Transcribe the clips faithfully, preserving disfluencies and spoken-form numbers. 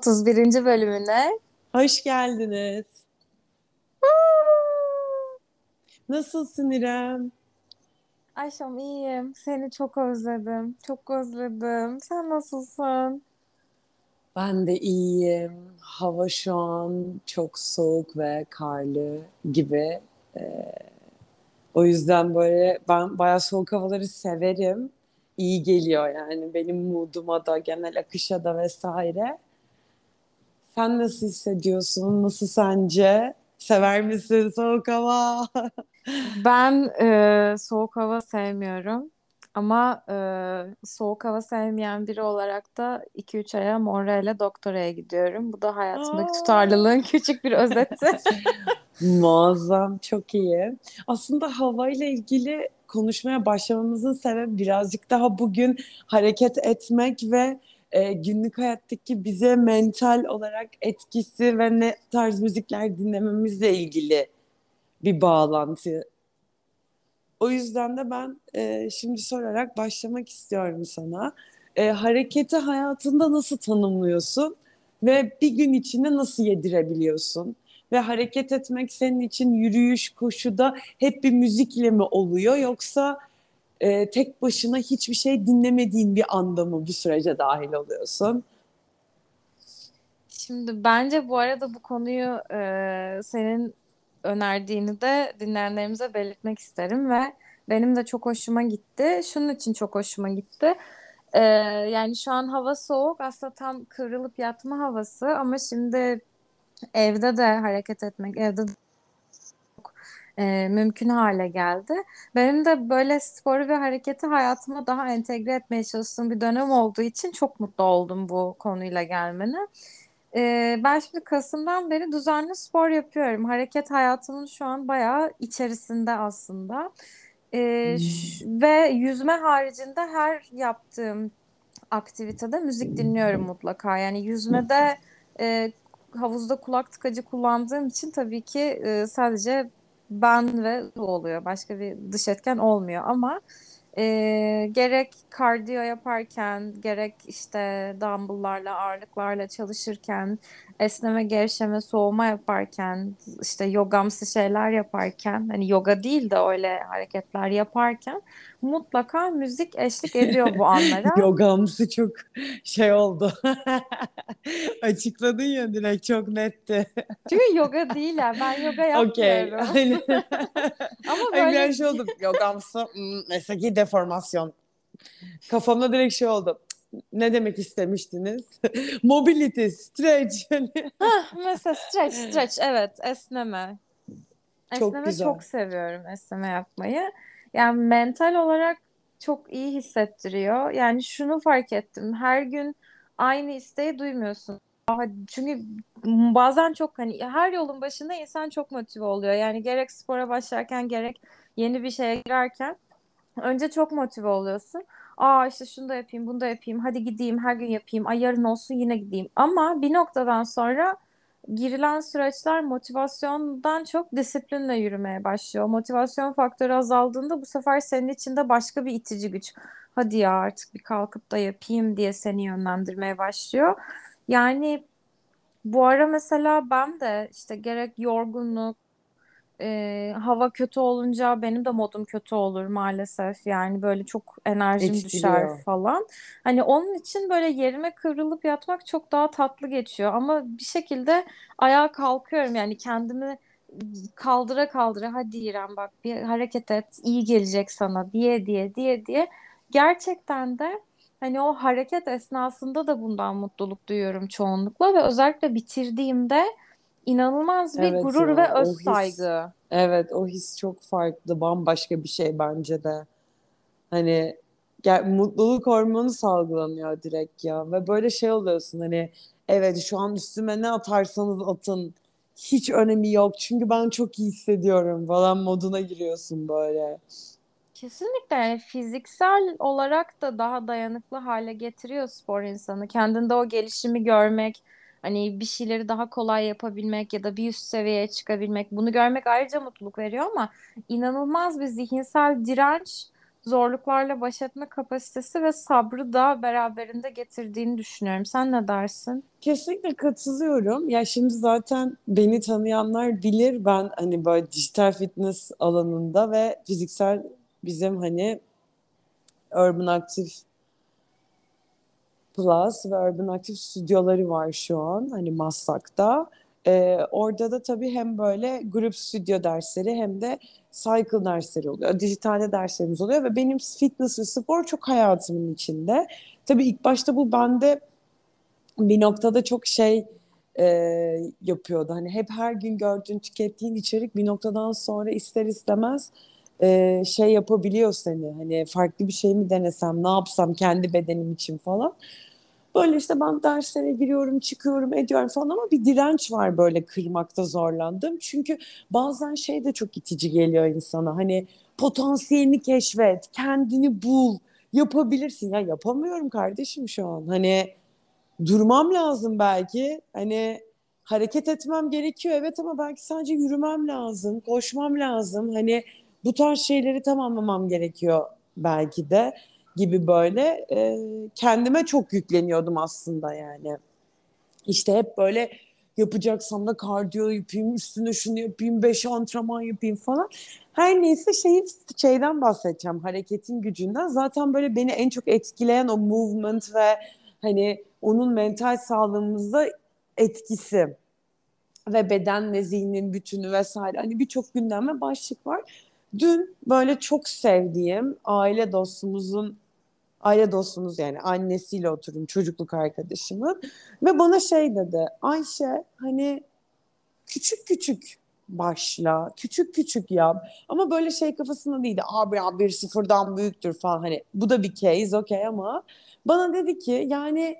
otuz birinci bölümüne. Hoş geldiniz. Nasılsın İrem? Ayşem iyiyim. Seni çok özledim. Çok özledim. Sen nasılsın? Ben de iyiyim. Hava şu an çok soğuk ve karlı gibi. Ee, O yüzden böyle ben bayağı soğuk havaları severim. İyi geliyor yani benim mooduma da, genel akışa da vesaire. Sen nasıl hissediyorsun? Nasıl sence? Sever misin soğuk hava? Ben e, soğuk hava sevmiyorum. Ama e, soğuk hava sevmeyen biri olarak da iki üç aya Monreal'e doktoraya gidiyorum. Bu da hayatımdaki Aa! tutarlılığın küçük bir özeti. Muazzam, çok iyi. Aslında havayla ilgili konuşmaya başlamamızın sebebi birazcık daha bugün hareket etmek ve e, günlük hayattaki bize mental olarak etkisi ve ne tarz müzikler dinlememizle ilgili bir bağlantı. O yüzden de ben e, şimdi sorarak başlamak istiyorum sana. E, hareketi hayatında nasıl tanımlıyorsun ve bir gün içinde nasıl yedirebiliyorsun? Ve hareket etmek senin için yürüyüş, koşuda hep bir müzikle mi oluyor yoksa e, tek başına hiçbir şey dinlemediğin bir anda mı bu sürece dahil oluyorsun? Şimdi bence bu arada bu konuyu e, senin önerdiğini de dinleyenlerimize belirtmek isterim ve benim de çok hoşuma gitti. Şunun için çok hoşuma gitti. E, Yani şu an hava soğuk, aslında tam kıvrılıp yatma havası ama şimdi evde de hareket etmek, evde de e, mümkün hale geldi. Benim de böyle sporu ve hareketi hayatıma daha entegre etmeye çalıştığım bir dönem olduğu için çok mutlu oldum bu konuyla gelmene. Ee, ben şimdi Kasım'dan beri düzenli spor yapıyorum. Hareket hayatımın şu an bayağı içerisinde aslında. Ee, ş- ve yüzme haricinde her yaptığım aktivitede müzik dinliyorum mutlaka. Yani yüzmede e, havuzda kulak tıkacı kullandığım için tabii ki e, sadece ben ve su oluyor. Başka bir dış etken olmuyor ama e, gerek kardiyo yaparken, gerek işte dumbbell'larla, ağırlıklarla çalışırken, esneme, gevşeme, soğuma yaparken, işte yogamsı şeyler yaparken, hani yoga değil de öyle hareketler yaparken mutlaka müzik eşlik ediyor bu anlara. Yogamsı çok şey oldu. Açıkladın ya, direkt çok netti. Çünkü yoga değil ya. Ben yoga Okey. yapmıyorum. Aynen. Ama Ay bir an böyle şey oldum. Yogamsı hmm, mesleki deformasyon. Kafamda direkt şey oldu. Ne demek istemiştiniz? Mobility, stretch. Hah, mesela stretch stretch, evet, esneme. Çok Esneme çok güzel. seviyorum, esneme yapmayı. Yani mental olarak çok iyi hissettiriyor. Yani şunu fark ettim. Her gün aynı isteği duymuyorsun. Çünkü bazen çok, hani her yolun başında insan çok motive oluyor. Yani gerek spora başlarken gerek yeni bir şeye girerken önce çok motive oluyorsun. Aa, işte şunu da yapayım, bunu da yapayım. Hadi gideyim, her gün yapayım. Ay, yarın olsun yine gideyim. Ama bir noktadan sonra girilen süreçler motivasyondan çok disiplinle yürümeye başlıyor. Motivasyon faktörü azaldığında bu sefer senin içinde başka bir itici güç. Hadi ya, artık bir kalkıp da yapayım diye seni yönlendirmeye başlıyor. Yani bu ara mesela ben de işte gerek yorgunluk, ee, hava kötü olunca benim de modum kötü olur maalesef. Yani böyle çok enerjim düşer Etkiliyor. falan. Hani onun için böyle yerime kıvrılıp yatmak çok daha tatlı geçiyor. Ama bir şekilde ayağa kalkıyorum. Yani kendimi kaldıra kaldıra, hadi İrem bak bir hareket et, iyi gelecek sana diye diye diye diye. Gerçekten de hani o hareket esnasında da bundan mutluluk duyuyorum çoğunlukla ve özellikle bitirdiğimde İnanılmaz bir Evet gurur ya, ve öz o his. saygı. Evet, o his çok farklı. Bambaşka bir şey bence de. Hani gel, mutluluk hormonu salgılanıyor direkt ya ve böyle şey oluyorsun, hani evet şu an üstüme ne atarsanız atın hiç önemi yok çünkü ben çok iyi hissediyorum falan moduna giriyorsun böyle. Kesinlikle, yani fiziksel olarak da daha dayanıklı hale getiriyor spor insanı. Kendinde o gelişimi görmek, hani bir şeyleri daha kolay yapabilmek ya da bir üst seviyeye çıkabilmek, bunu görmek ayrıca mutluluk veriyor ama inanılmaz bir zihinsel direnç zorluklarla baş etme kapasitesi ve sabrı da beraberinde getirdiğini düşünüyorum. Sen ne dersin? Kesinlikle katılıyorum. Ya şimdi zaten beni tanıyanlar bilir, ben hani böyle dijital fitness alanında ve fiziksel, bizim hani Urban Active Plus ve Urban Active stüdyoları var şu an hani Maslak'ta. Ee, orada da tabii hem böyle grup stüdyo dersleri hem de cycle dersleri oluyor. Dijitalde derslerimiz oluyor ve benim fitness ve spor çok hayatımın içinde. Tabii ilk başta bu bende bir noktada çok şey e, yapıyordu. Hani hep her gün gördüğün, tükettiğin içerik bir noktadan sonra ister istemez e, şey yapabiliyor seni. Hani farklı bir şey mi denesem, ne yapsam kendi bedenim için falan. Böyle işte ben derslere giriyorum, çıkıyorum, ediyorum falan ama bir direnç var, böyle kırmakta zorlandım. Çünkü bazen şey de çok itici geliyor insana. Hani potansiyelini keşfet, kendini bul, yapabilirsin. Ya yapamıyorum kardeşim şu an. Hani durmam lazım belki. Hani hareket etmem gerekiyor evet, ama belki sadece yürümem lazım, koşmam lazım. Hani bu tarz şeyleri tamamlamam gerekiyor belki de gibi böyle e, kendime çok yükleniyordum aslında yani. İşte hep böyle yapacaksam da kardiyo yapayım, üstüne şunu yapayım, beş antrenman yapayım falan. Her neyse şeyi, şeyden bahsedeceğim, hareketin gücünden. Zaten böyle beni en çok etkileyen o movement ve hani onun mental sağlığımızda etkisi ve beden ve zihnin bütünü vesaire. Hani birçok gündeme başlık var. Dün böyle çok sevdiğim aile dostumuzun aile dostumuz, yani annesiyle oturum, çocukluk arkadaşımın, ve bana şey dedi: Ayşe, hani küçük küçük başla, küçük küçük yap, ama böyle şey kafasında değildi, abi ya bir sıfırdan büyüktür falan, hani bu da bir case okey, ama bana dedi ki yani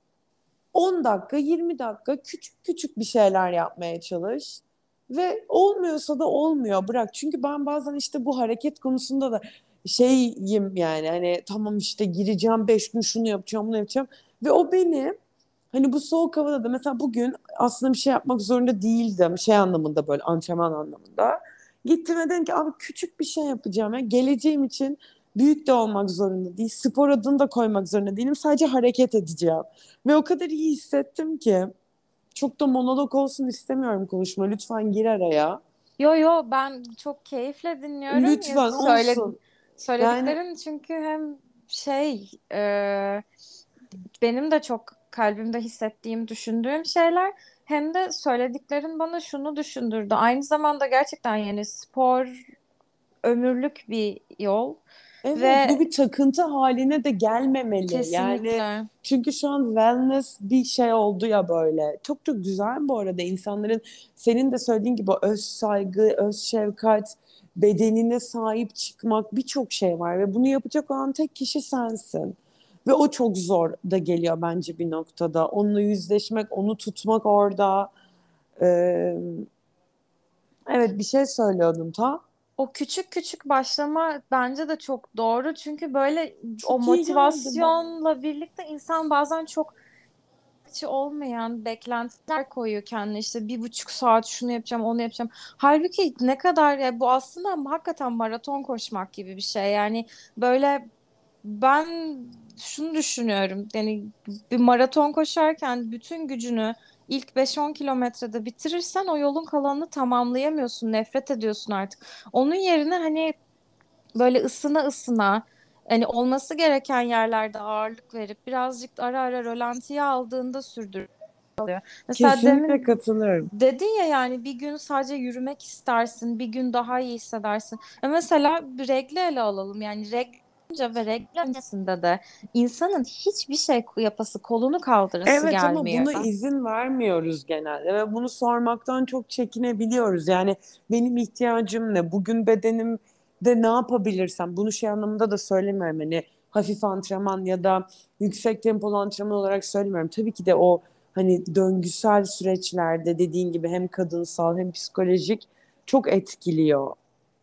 on dakika yirmi dakika küçük küçük bir şeyler yapmaya çalış. Ve olmuyorsa da olmuyor, bırak. Çünkü ben bazen işte bu hareket konusunda da şeyim, yani hani tamam işte gireceğim, beş gün şunu yapacağım bunu yapacağım. Ve o beni hani bu soğuk havada da, mesela bugün aslında bir şey yapmak zorunda değildim. Şey anlamında, böyle antrenman anlamında. Gittim ve dedim ki abi küçük bir şey yapacağım. Yani geleceğim için büyük de olmak zorunda değil. Spor adını da koymak zorunda değilim. Sadece hareket edeceğim. Ve o kadar iyi hissettim ki. Çok da monolog olsun istemiyorum konuşma. Lütfen gir araya. Yo yo, ben çok keyifle dinliyorum. Ya Lütfen söyle, olsun. Yani söylediklerin çünkü hem şey e, benim de çok kalbimde hissettiğim, düşündüğüm şeyler, hem de söylediklerin bana şunu düşündürdü. Aynı zamanda gerçekten yani spor ömürlük bir yol evet, bu ve bir takıntı haline de gelmemeli. Yani kesinlikle. çünkü şu an wellness bir şey oldu ya böyle. Çok çok güzel bu arada, insanların senin de söylediğin gibi öz saygı, öz şefkat, bedenine sahip çıkmak, birçok şey var ve bunu yapacak olan tek kişi sensin. Ve o çok zor da geliyor bence bir noktada. Onunla yüzleşmek, onu tutmak orada. Ee, evet, bir şey söylüyordum ta. O küçük küçük başlama bence de çok doğru. Çünkü böyle o Çok iyi geldi bana. motivasyonla birlikte insan bazen çok hiç olmayan beklentiler koyuyor kendine, işte bir buçuk saat şunu yapacağım onu yapacağım. Halbuki ne kadar ya, bu aslında hakikaten maraton koşmak gibi bir şey. Yani böyle ben şunu düşünüyorum, yani bir maraton koşarken bütün gücünü ilk beş on kilometrede bitirirsen o yolun kalanını tamamlayamıyorsun, nefret ediyorsun artık. Onun yerine hani böyle ısına ısına, hani olması gereken yerlerde ağırlık verip birazcık ara ara rölantiye aldığında sürdür. Mesela Kesinlikle demin katılıyorum. dedin ya, yani bir gün sadece yürümek istersin, bir gün daha iyi hissedersin. E mesela bir regle ele alalım. Yani regle önce ve regle öncesinde de insanın hiçbir şey yapası, kolunu kaldırası Evet, ama gelmiyor. buna izin vermiyoruz genelde ve bunu sormaktan çok çekinebiliyoruz. Yani benim ihtiyacım ne? Bugün bedenimde ne yapabilirsem, bunu şey anlamında da söylemiyorum. Hani hafif antrenman ya da yüksek tempolu antrenman olarak söylemiyorum. Tabii ki de o hani döngüsel süreçlerde dediğin gibi hem kadınsal hem psikolojik çok etkiliyor.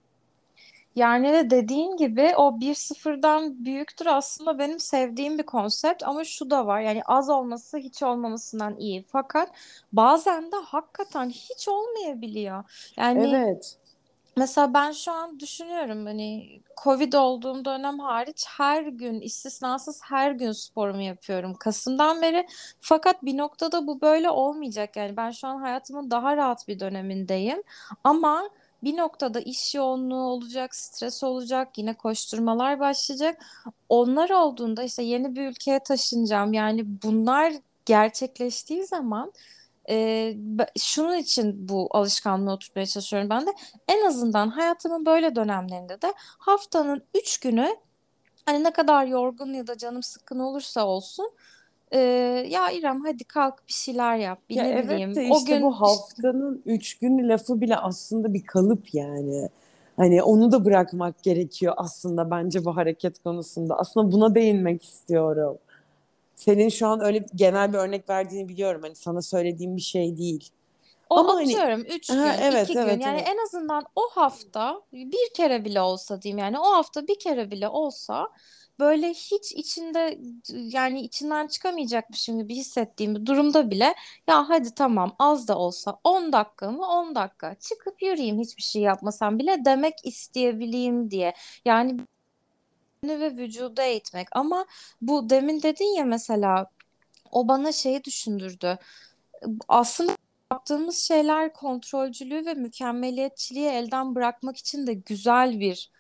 Yani de dediğin gibi o bir sıfırdan büyüktür aslında benim sevdiğim bir konsept, ama şu da var, yani az olması hiç olmamasından iyi, fakat bazen de hakikaten hiç olmayabiliyor. Yani Evet. Mesela ben şu an düşünüyorum hani Covid olduğum dönem hariç her gün istisnasız her gün sporumu yapıyorum Kasım'dan beri. Fakat bir noktada bu böyle olmayacak yani ben şu an hayatımın daha rahat bir dönemindeyim. Ama bir noktada iş yoğunluğu olacak, stres olacak, yine koşturmalar başlayacak. Onlar olduğunda işte yeni bir ülkeye taşınacağım. Yani bunlar gerçekleştiği zaman ee, be- şunun için bu alışkanlığı oturtmaya çalışıyorum ben de. En azından hayatımın böyle dönemlerinde de haftanın üç günü hani ne kadar yorgun ya da canım sıkkın olursa olsun ee, ya İrem hadi kalk bir şeyler yap. Bir Ya ne evet bileyim de o işte bu gün işte haftanın üç günü lafı bile aslında bir kalıp yani. Hani onu da bırakmak gerekiyor aslında bence bu hareket konusunda. Aslında buna değinmek istiyorum. Senin şu an öyle genel bir örnek verdiğini biliyorum. Hani sana söylediğim bir şey değil. o Ama hani atıyorum üç ha, gün, evet iki gün evet yani evet. en azından o hafta bir kere bile olsa diyeyim yani o hafta bir kere bile olsa böyle hiç içinde yani içinden çıkamayacakmışım gibi hissettiğim bir durumda bile ya hadi tamam az da olsa on dakika mı on dakika çıkıp yürüyeyim hiçbir şey yapmasam bile demek isteyebileyim diye. Yani bedeni ve vücuda eğitmek ama bu demin dedin ya mesela o bana şeyi düşündürdü aslında yaptığımız şeyler kontrolcülüğü ve mükemmeliyetçiliği elden bırakmak için de güzel bir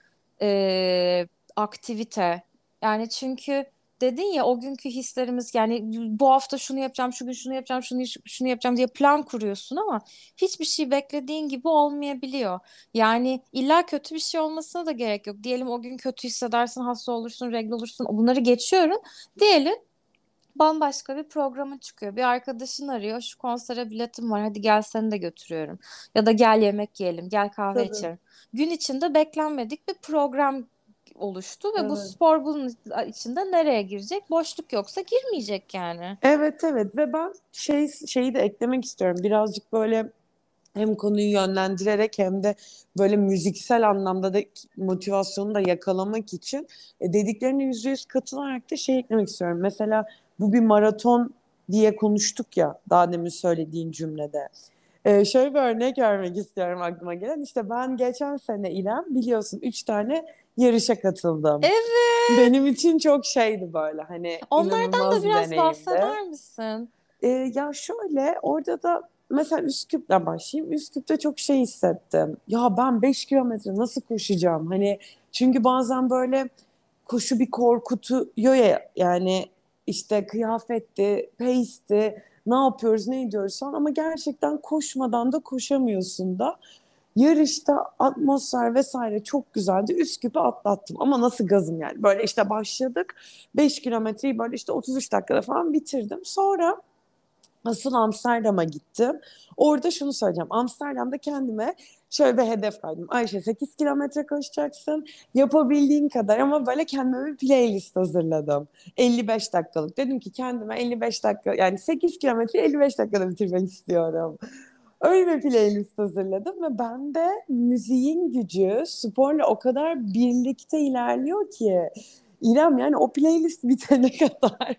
e, aktivite. Yani çünkü dedin ya o günkü hislerimiz yani bu hafta şunu yapacağım, şu gün şunu yapacağım, şunu şunu yapacağım diye plan kuruyorsun ama hiçbir şey beklediğin gibi olmayabiliyor. Yani illa kötü bir şey olmasına da gerek yok. Diyelim o gün kötü hissedersin, hasta olursun, regl olursun. Bunları geçiyorum. Diyelim bambaşka bir programın çıkıyor. Bir arkadaşın arıyor. Şu konsere biletim var. Hadi gel seni de götürüyorum. Ya da gel yemek yiyelim. Gel kahve Tabii. içelim. Gün içinde beklenmedik bir program oluştu ve bu Evet. spor bunun içinde nereye girecek? Boşluk yoksa girmeyecek yani. Evet evet ve ben şey şeyi de eklemek istiyorum. Birazcık böyle hem konuyu yönlendirerek hem de böyle müziksel anlamda da motivasyonu da yakalamak için e, dediklerine yüzde yüz katılarak da şey eklemek istiyorum. Mesela bu bir maraton diye konuştuk ya daha demin söylediğin cümlede. E, şöyle bir örnek vermek istiyorum aklıma gelen. İşte ben geçen sene İrem biliyorsun üç tane yarışa katıldım. Evet. Benim için çok şeydi böyle hani Onlardan da inanılmaz bir biraz deneyimdi. bahseder misin? Ee, ya şöyle orada da mesela Üsküp'ten başlayayım. Üsküp'te çok şey hissettim. Ya ben beş kilometre nasıl koşacağım? Hani çünkü bazen böyle koşu bir korkutuyor ya yani işte kıyafetti, pace'ti, ne yapıyoruz, ne ediyoruz falan ama gerçekten koşmadan da koşamıyorsun da. Yarışta atmosfer vesaire çok güzeldi. Üsküp'ü atlattım ama nasıl gazım yani. Böyle işte başladık. beş kilometreyi böyle işte otuz üç dakikada falan bitirdim. Sonra asıl Amsterdam'a gittim. Orada şunu söyleyeceğim. Amsterdam'da kendime şöyle bir hedef koydum. Ayşe sekiz kilometre koşacaksın. Yapabildiğin kadar ama böyle kendime bir playlist hazırladım. elli beş dakikalık. Dedim ki kendime elli beş dakika yani sekiz kilometre elli beş dakikada bitirmek istiyorum. Öyle bir playlist hazırladım ve bende müziğin gücü sporla o kadar birlikte ilerliyor ki. İrem yani o playlist bitene kadar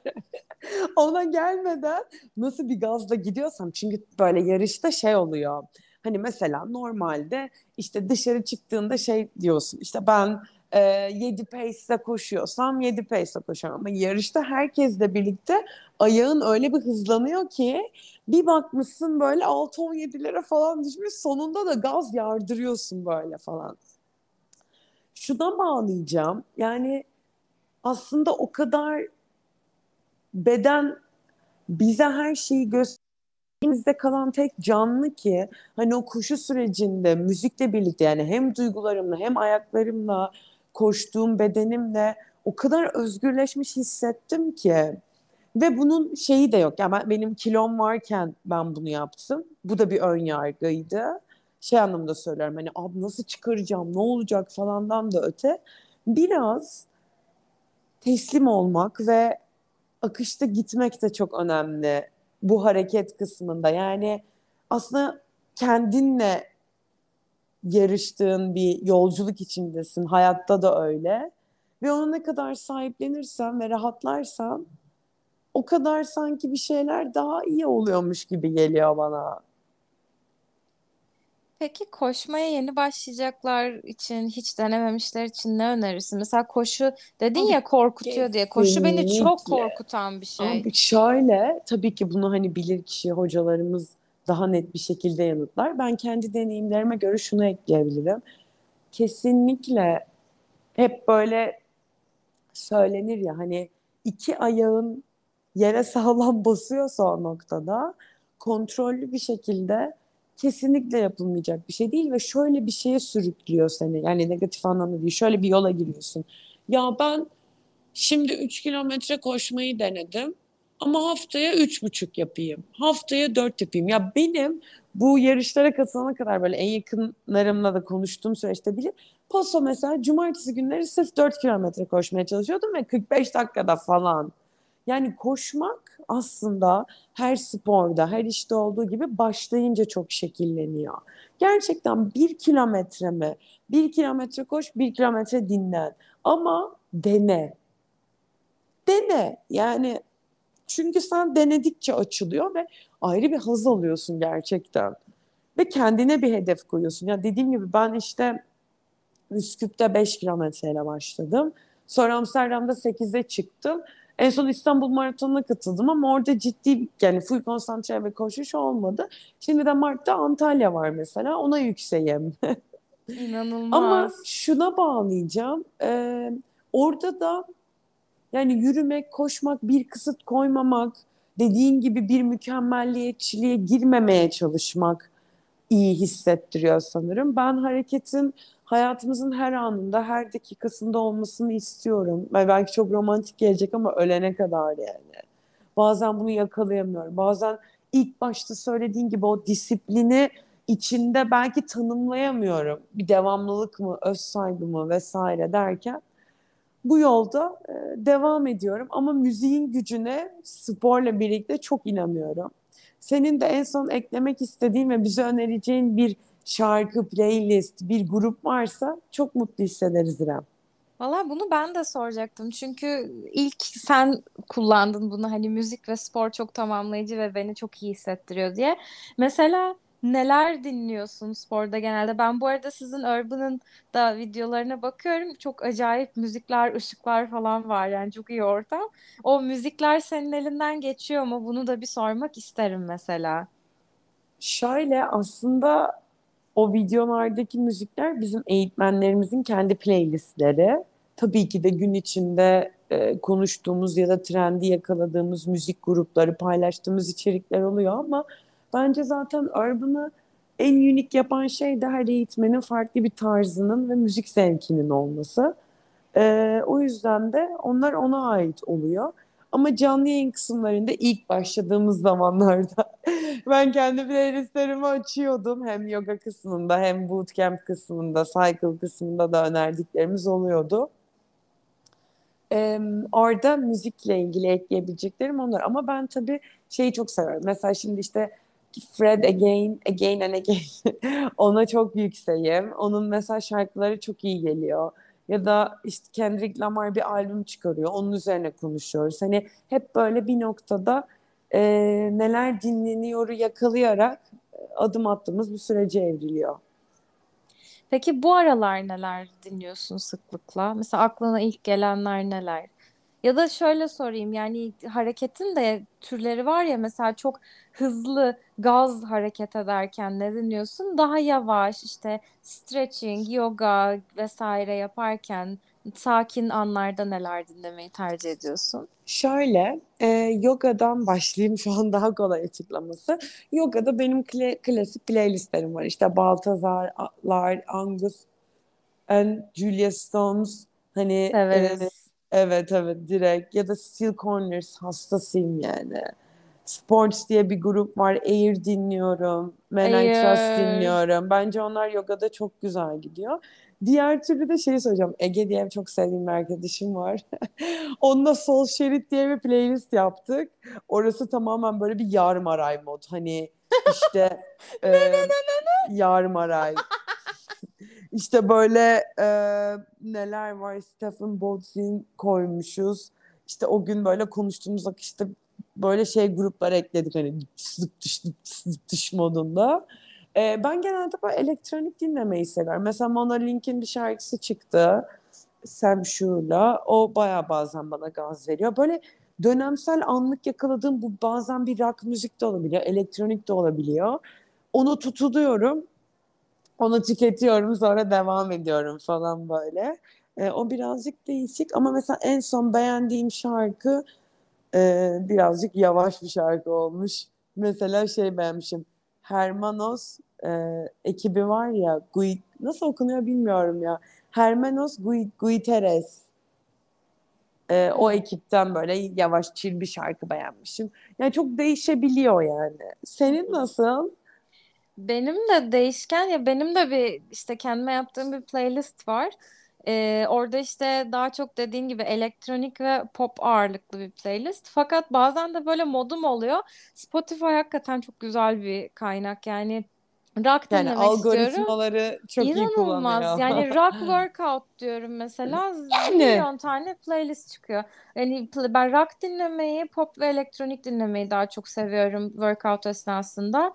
ona gelmeden nasıl bir gazla gidiyorsam çünkü böyle yarışta şey oluyor. Hani mesela normalde işte dışarı çıktığında şey diyorsun işte ben e, yedi pace'le koşuyorsam yedi pace'le koşuyorum ama yarışta herkesle birlikte ayağın öyle bir hızlanıyor ki bir bakmışsın böyle altı on yedilere falan düşmüş sonunda da gaz yardırıyorsun böyle falan. Şuna bağlayacağım yani aslında o kadar beden bize her şeyi gösteriyor. Bizde kalan tek canlı ki hani o koşu sürecinde müzikle birlikte yani hem duygularımla hem ayaklarımla koştuğum bedenimle o kadar özgürleşmiş hissettim ki ve bunun şeyi de yok yani ben, benim kilom varken ben bunu yaptım bu da bir ön yargıydı şey anlamda söylüyorum hani abi nasıl çıkaracağım ne olacak falandan da öte biraz teslim olmak ve akışta gitmek de çok önemli bu hareket kısmında. Yani aslında kendinle yarıştığın bir yolculuk içindesin. Hayatta da öyle. Ve onu ne kadar sahiplenirsen ve rahatlarsan o kadar sanki bir şeyler daha iyi oluyormuş gibi geliyor bana. Peki koşmaya yeni başlayacaklar için, hiç denememişler için ne önerirsin? Mesela koşu dedin Abi ya korkutuyor diye. Koşu beni çok kesinlikle. korkutan bir şey. Abi şöyle, tabii ki bunu hani bilir kişi hocalarımız daha net bir şekilde yanıtlar. Ben kendi deneyimlerime göre şunu ekleyebilirim. Kesinlikle hep böyle söylenir ya, hani iki ayağın yere sağlam basıyorsa o noktada kontrollü bir şekilde kesinlikle yapılmayacak bir şey değil ve şöyle bir şeye sürüklüyor seni. Yani negatif anlamda değil. Şöyle bir yola giriyorsun. Ya ben şimdi üç kilometre koşmayı denedim ama haftaya üç buçuk yapayım. Haftaya dört yapayım. Ya benim bu yarışlara katılana kadar böyle en yakınlarımla da konuştuğum süreçte bile paso mesela cumartesi günleri sırf dört kilometre koşmaya çalışıyordum ve kırk beş dakikada falan. Yani koşmak aslında her sporda, her işte olduğu gibi başlayınca çok şekilleniyor. Gerçekten bir kilometre mi? Bir kilometre koş, bir kilometre dinlen. Ama dene. Dene. Yani çünkü sen denedikçe açılıyor ve ayrı bir haz alıyorsun gerçekten. Ve kendine bir hedef koyuyorsun. Ya dediğim gibi ben işte Üsküp'te beş kilometreyle başladım. Sonra Amsterdam'da sekize çıktım. En son İstanbul Maratonu'na katıldım ama orada ciddi yani full konsantre ve koşuş olmadı. Şimdi de Mart'ta Antalya var mesela. Ona yükseğim. Ama İnanılmaz. şuna bağlayacağım. Ee, orada da yani yürümek, koşmak, bir kısıt koymamak, dediğin gibi bir mükemmelliyetçiliğe girmemeye çalışmak iyi hissettiriyor sanırım. Ben hareketin hayatımızın her anında, her dakikasında olmasını istiyorum. Ve belki çok romantik gelecek ama ölene kadar yani. Bazen bunu yakalayamıyorum. Bazen ilk başta söylediğin gibi o disiplini içinde belki tanımlayamıyorum. Bir devamlılık mı, öz saygı mı vesaire derken bu yolda e, devam ediyorum ama müziğin gücüne sporla birlikte çok inanıyorum. Senin de en son eklemek istediğin ve bize önereceğin bir şarkı, playlist, bir grup varsa çok mutlu hissederiz İrem. Valla bunu ben de soracaktım. Çünkü ilk sen kullandın bunu, hani müzik ve spor çok tamamlayıcı ve beni çok iyi hissettiriyor diye. Mesela neler dinliyorsun sporda genelde? Ben bu arada sizin Urban'ın da videolarına bakıyorum. Çok acayip müzikler, ışıklar falan var. Yani çok iyi ortam. O müzikler senin elinden geçiyor mu? Bunu da bir sormak isterim mesela. Şöyle aslında o videolardaki müzikler bizim eğitmenlerimizin kendi playlistleri. Tabii ki de gün içinde e, konuştuğumuz ya da trendi yakaladığımız müzik grupları, paylaştığımız içerikler oluyor ama bence zaten Urban'ı en unik yapan şey de her eğitmenin farklı bir tarzının ve müzik zevkinin olması. Ee, o yüzden de onlar ona ait oluyor. Ama canlı yayın kısımlarında ilk başladığımız zamanlarda ben kendi playlistlerimi açıyordum. Hem yoga kısmında hem bootcamp kısmında, cycle kısmında da önerdiklerimiz oluyordu. Ee, orada müzikle ilgili ekleyebileceklerim onlar. Ama ben tabii şeyi çok seviyorum. Mesela şimdi işte Fred Again, Again and Again. Ona çok yükseğim. Onun mesela şarkıları çok iyi geliyor. Ya da işte Kendrick Lamar bir albüm çıkarıyor. Onun üzerine konuşuyoruz. Hani hep böyle bir noktada e, neler dinleniyoru yakalayarak e, adım attığımız bir sürece evriliyor. Peki bu aralar neler dinliyorsun sıklıkla? Mesela aklına ilk gelenler neler? Ya da şöyle sorayım, yani hareketin de türleri var ya, mesela çok hızlı gaz hareket ederken ne dinliyorsun? Daha yavaş işte stretching, yoga vesaire yaparken sakin anlarda neler dinlemeyi tercih ediyorsun? Şöyle, e, yogadan başlayayım şu an daha kolay açıklaması. Yogada benim kla- klasik playlistlerim var. İşte Baltazarlar, Angus and Julia Stones. Hani e, Severiz. evet evet direkt ya da Steel Corners hastasıyım yani. Sports diye bir grup var. Air dinliyorum. Man I Trust Hayır. dinliyorum. Bence onlar yogada çok güzel gidiyor. Diğer türlü de şeyi söyleyeceğim. Ege diye çok sevdiğim bir arkadaşım var. Onunla Sol Şerit diye bir playlist yaptık. Orası tamamen böyle bir Yarmaray mod. Hani işte e, Yarmaray. İşte böyle e, neler var? Stephen Bodzin koymuşuz. İşte o gün böyle konuştuğumuz akışta böyle şey gruplar ekledik hani dıp dış dıp dış dıp dış modunda. Ee, ben genelde böyle elektronik dinlemeyi seviyorum. Mesela Mona Link'in bir şarkısı çıktı. Sam Shu'la. O baya bazen bana gaz veriyor. Böyle dönemsel anlık yakaladığım bu bazen bir rock müzik de olabiliyor. Elektronik de olabiliyor. Onu tutuluyorum. Onu tüketiyorum sonra devam ediyorum falan böyle. Ee, o birazcık değişik ama mesela en son beğendiğim şarkı e, birazcık yavaş bir şarkı olmuş. Mesela şey beğenmişim. Hermanos e, ekibi var ya, Gui, nasıl okunuyor bilmiyorum ya. Hermanos Gui, Guiteres. E, o Hmm. ekipten böyle yavaş chill bir şarkı beğenmişim. Yani çok değişebiliyor yani. Hı Senin hı. nasıl? Benim de değişken ya benim de bir işte kendime yaptığım bir playlist var. Ee, orada işte daha çok dediğin gibi elektronik ve pop ağırlıklı bir playlist. Fakat bazen de böyle modum oluyor. Spotify hakikaten çok güzel bir kaynak. Yani rock Yani dinlemek istiyorum. algoritmaları çok iyi İnanılmaz. kullanıyor. Yani rock workout diyorum mesela. Yani Milyon tane playlist çıkıyor. Yani pl- ben rock dinlemeyi, pop ve elektronik dinlemeyi daha çok seviyorum workout esnasında.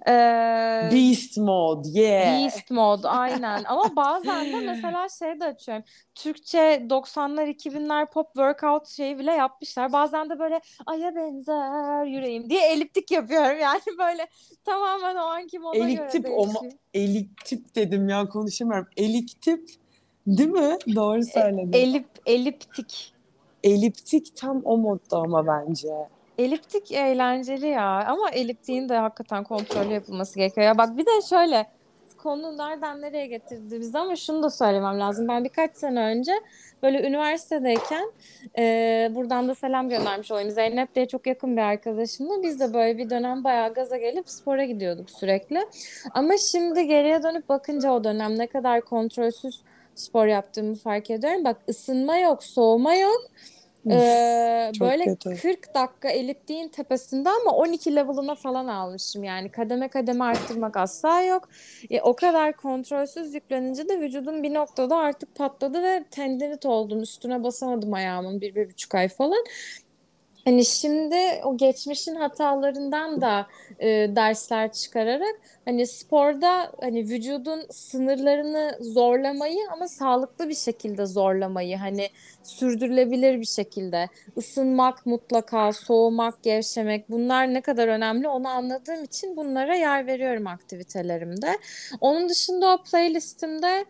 Ee, Beast Mode, yeah. Beast Mode aynen. Ama bazen de mesela şey de açıyorum. Türkçe doksanlar iki binler pop workout şeyi bile yapmışlar. Bazen de böyle aya benzer yüreğim diye eliptik yapıyorum. Yani böyle tamamen o anki moda Elik göre tip o değişiyor. elik tip dedim ya konuşamıyorum. Elik tip değil mi? Doğru E- söyledin. elip eliptik. Eliptik tam o modda ama bence. Eliptik eğlenceli ya ama eliptiğin de hakikaten kontrollü yapılması gerekiyor. Ya bak bir de şöyle konu nereden nereye getirdiğimizde ama şunu da söylemem lazım. Ben birkaç sene önce böyle üniversitedeyken e, buradan da selam göndermiş olayım. Zeynep diye çok yakın bir arkadaşımla biz de böyle bir dönem bayağı gaza gelip spora gidiyorduk sürekli. Ama şimdi geriye dönüp bakınca o dönem ne kadar kontrolsüz spor yaptığımı fark ediyorum. Bak ısınma yok, soğuma yok. Uf, Ee, çok böyle kötü. kırk dakika eliptiğin tepesinde ama on iki level'ına falan almışım yani kademe kademe arttırmak asla yok. E, o kadar kontrolsüz yüklenince de vücudum bir noktada artık patladı ve tendinit oldum, üstüne basamadım ayağımın bir, bir buçuk ay falan. Hani şimdi o geçmişin hatalarından da e, dersler çıkararak hani sporda hani vücudun sınırlarını zorlamayı ama sağlıklı bir şekilde zorlamayı hani sürdürülebilir bir şekilde ısınmak mutlaka soğumak gevşemek bunlar ne kadar önemli onu anladığım için bunlara yer veriyorum aktivitelerimde. Onun dışında o playlistimde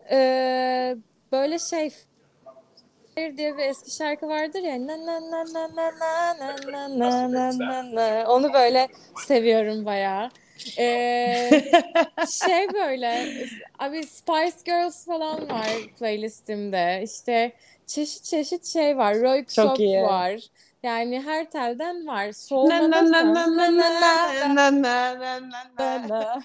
e, böyle şey Hayır diye bir eski şarkı vardır ya na na na na na na na na na na na. Onu böyle seviyorum bayağı. Ee, şey böyle abi Spice Girls falan var playlistimde. İşte çeşit çeşit şey var. Çok Röyksopp iyi. var. Yani her telden var. Na na Soğumada na da na na na na na na na na na na na na na. na na.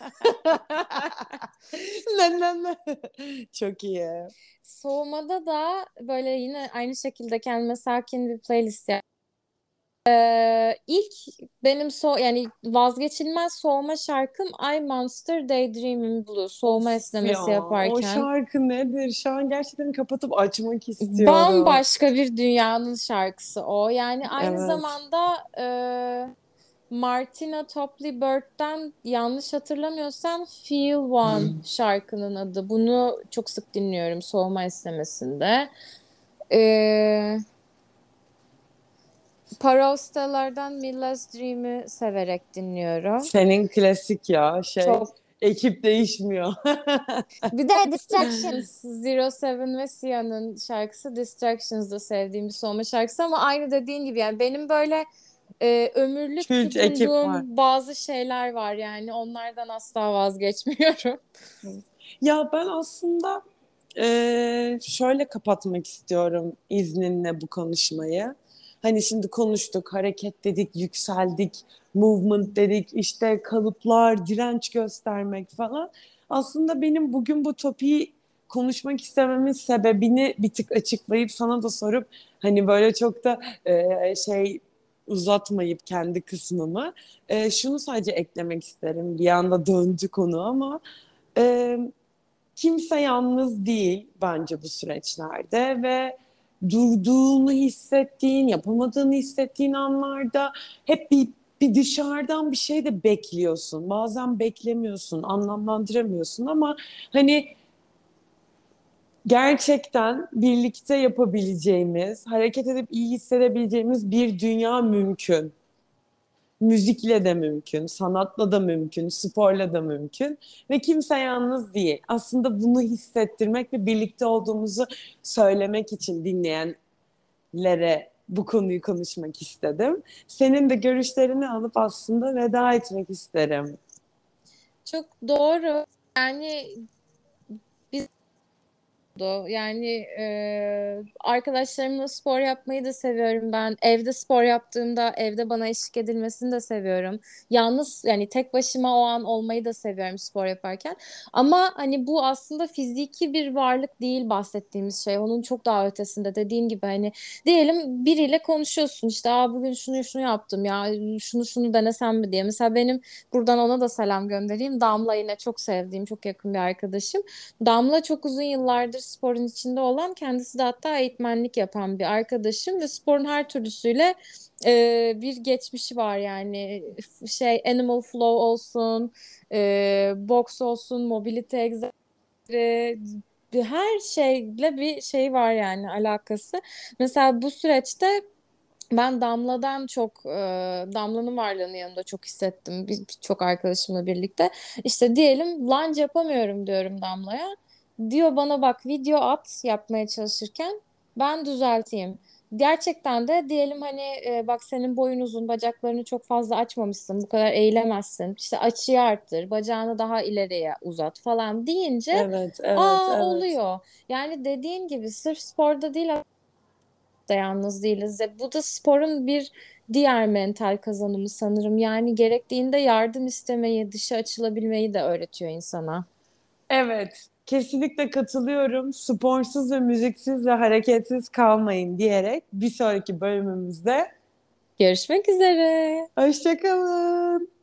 Na na na. Çok iyi. Soğumada da böyle yine aynı şekilde kendime sakin bir playlist Ee, ilk benim so yani vazgeçilmez soğuma şarkım I Monster Daydreaming Blue Of soğuma ya, esnemesi o yaparken şarkı nedir? Şu an gerçekten kapatıp açmak istiyorum. bambaşka bir dünyanın şarkısı o. Yani aynı Evet. zamanda e, Martina Topley Bird'den yanlış hatırlamıyorsam Feel One şarkının adı. Bunu çok sık dinliyorum soğuma esnemesinde. Ee, Paraostalardan Milla's Dream'i severek dinliyorum. Senin klasik ya şey, Çok ekip değişmiyor. Bir de Distractions. Zero Seven ve Sia'nın şarkısı Distractions da sevdiğim bir soğuma şarkısı ama aynı dediğin gibi yani benim böyle e, ömürlük Kült ekip var. tutunduğum bazı şeyler var yani onlardan asla vazgeçmiyorum. Ya ben aslında eee, şöyle kapatmak istiyorum izninle bu konuşmayı. Hani şimdi konuştuk, hareket dedik, yükseldik, movement dedik, işte kalıplar, direnç göstermek falan. Aslında benim bugün bu topiği konuşmak istememin sebebini bir tık açıklayıp sana da sorup hani böyle çok da eee, şey uzatmayıp kendi kısmımı eee, şunu sadece eklemek isterim. Bir anda döndü konu ama eee, kimse yalnız değil bence bu süreçlerde ve durduğunu hissettiğin, yapamadığını hissettiğin anlarda hep bir bir dışarıdan bir şey de bekliyorsun. Bazen beklemiyorsun, anlamlandıramıyorsun ama hani gerçekten birlikte yapabileceğimiz, hareket edip iyi hissedebileceğimiz bir dünya mümkün. Müzikle de mümkün, sanatla da mümkün, sporla da mümkün ve kimse yalnız değil. Aslında bunu hissettirmek ve birlikte olduğumuzu söylemek için dinleyenlere bu konuyu konuşmak istedim. Senin de görüşlerini alıp aslında veda etmek isterim. Çok doğru. Yani biz oldu. Yani e, arkadaşlarımla spor yapmayı da seviyorum ben. Evde spor yaptığımda evde bana eşlik edilmesini de seviyorum. Yalnız yani tek başıma o an olmayı da seviyorum spor yaparken. Ama hani bu aslında fiziki bir varlık değil bahsettiğimiz şey. Onun çok daha ötesinde dediğin gibi hani diyelim biriyle konuşuyorsun işte Aa, bugün şunu şunu yaptım ya şunu şunu denesem mi diye. Mesela benim buradan ona da selam göndereyim. Damla yine çok sevdiğim çok yakın bir arkadaşım. Damla çok uzun yıllardır sporun içinde olan, kendisi de hatta eğitmenlik yapan bir arkadaşım ve sporun her türlüsüyle e, bir geçmişi var yani F- şey animal flow olsun, e, boks olsun, mobility egzersizi, her şeyle bir şey var yani alakası. Mesela bu süreçte ben Damla'dan çok e, Damla'nın varlığını yanında çok hissettim. Biz birçok arkadaşımla birlikte. İşte diyelim lunge yapamıyorum diyorum Damla'ya. Diyor bana bak video at yapmaya çalışırken ben düzelteyim. Gerçekten de diyelim hani e, bak senin boyun uzun, bacaklarını çok fazla açmamışsın, bu kadar eğilemezsin. İşte açıyı arttır, bacağını daha ileriye uzat falan deyince Evet, evet, aa evet. oluyor. Yani dediğin gibi sırf sporda değil da yalnız değiliz. E, Bu da sporun bir diğer mental kazanımı sanırım. Yani gerektiğinde yardım istemeyi, dışa açılabilmeyi de öğretiyor insana. Evet, kesinlikle katılıyorum. Sporsuz ve müziksiz ve hareketsiz kalmayın diyerek bir sonraki bölümümüzde Görüşmek üzere. hoşça kalın.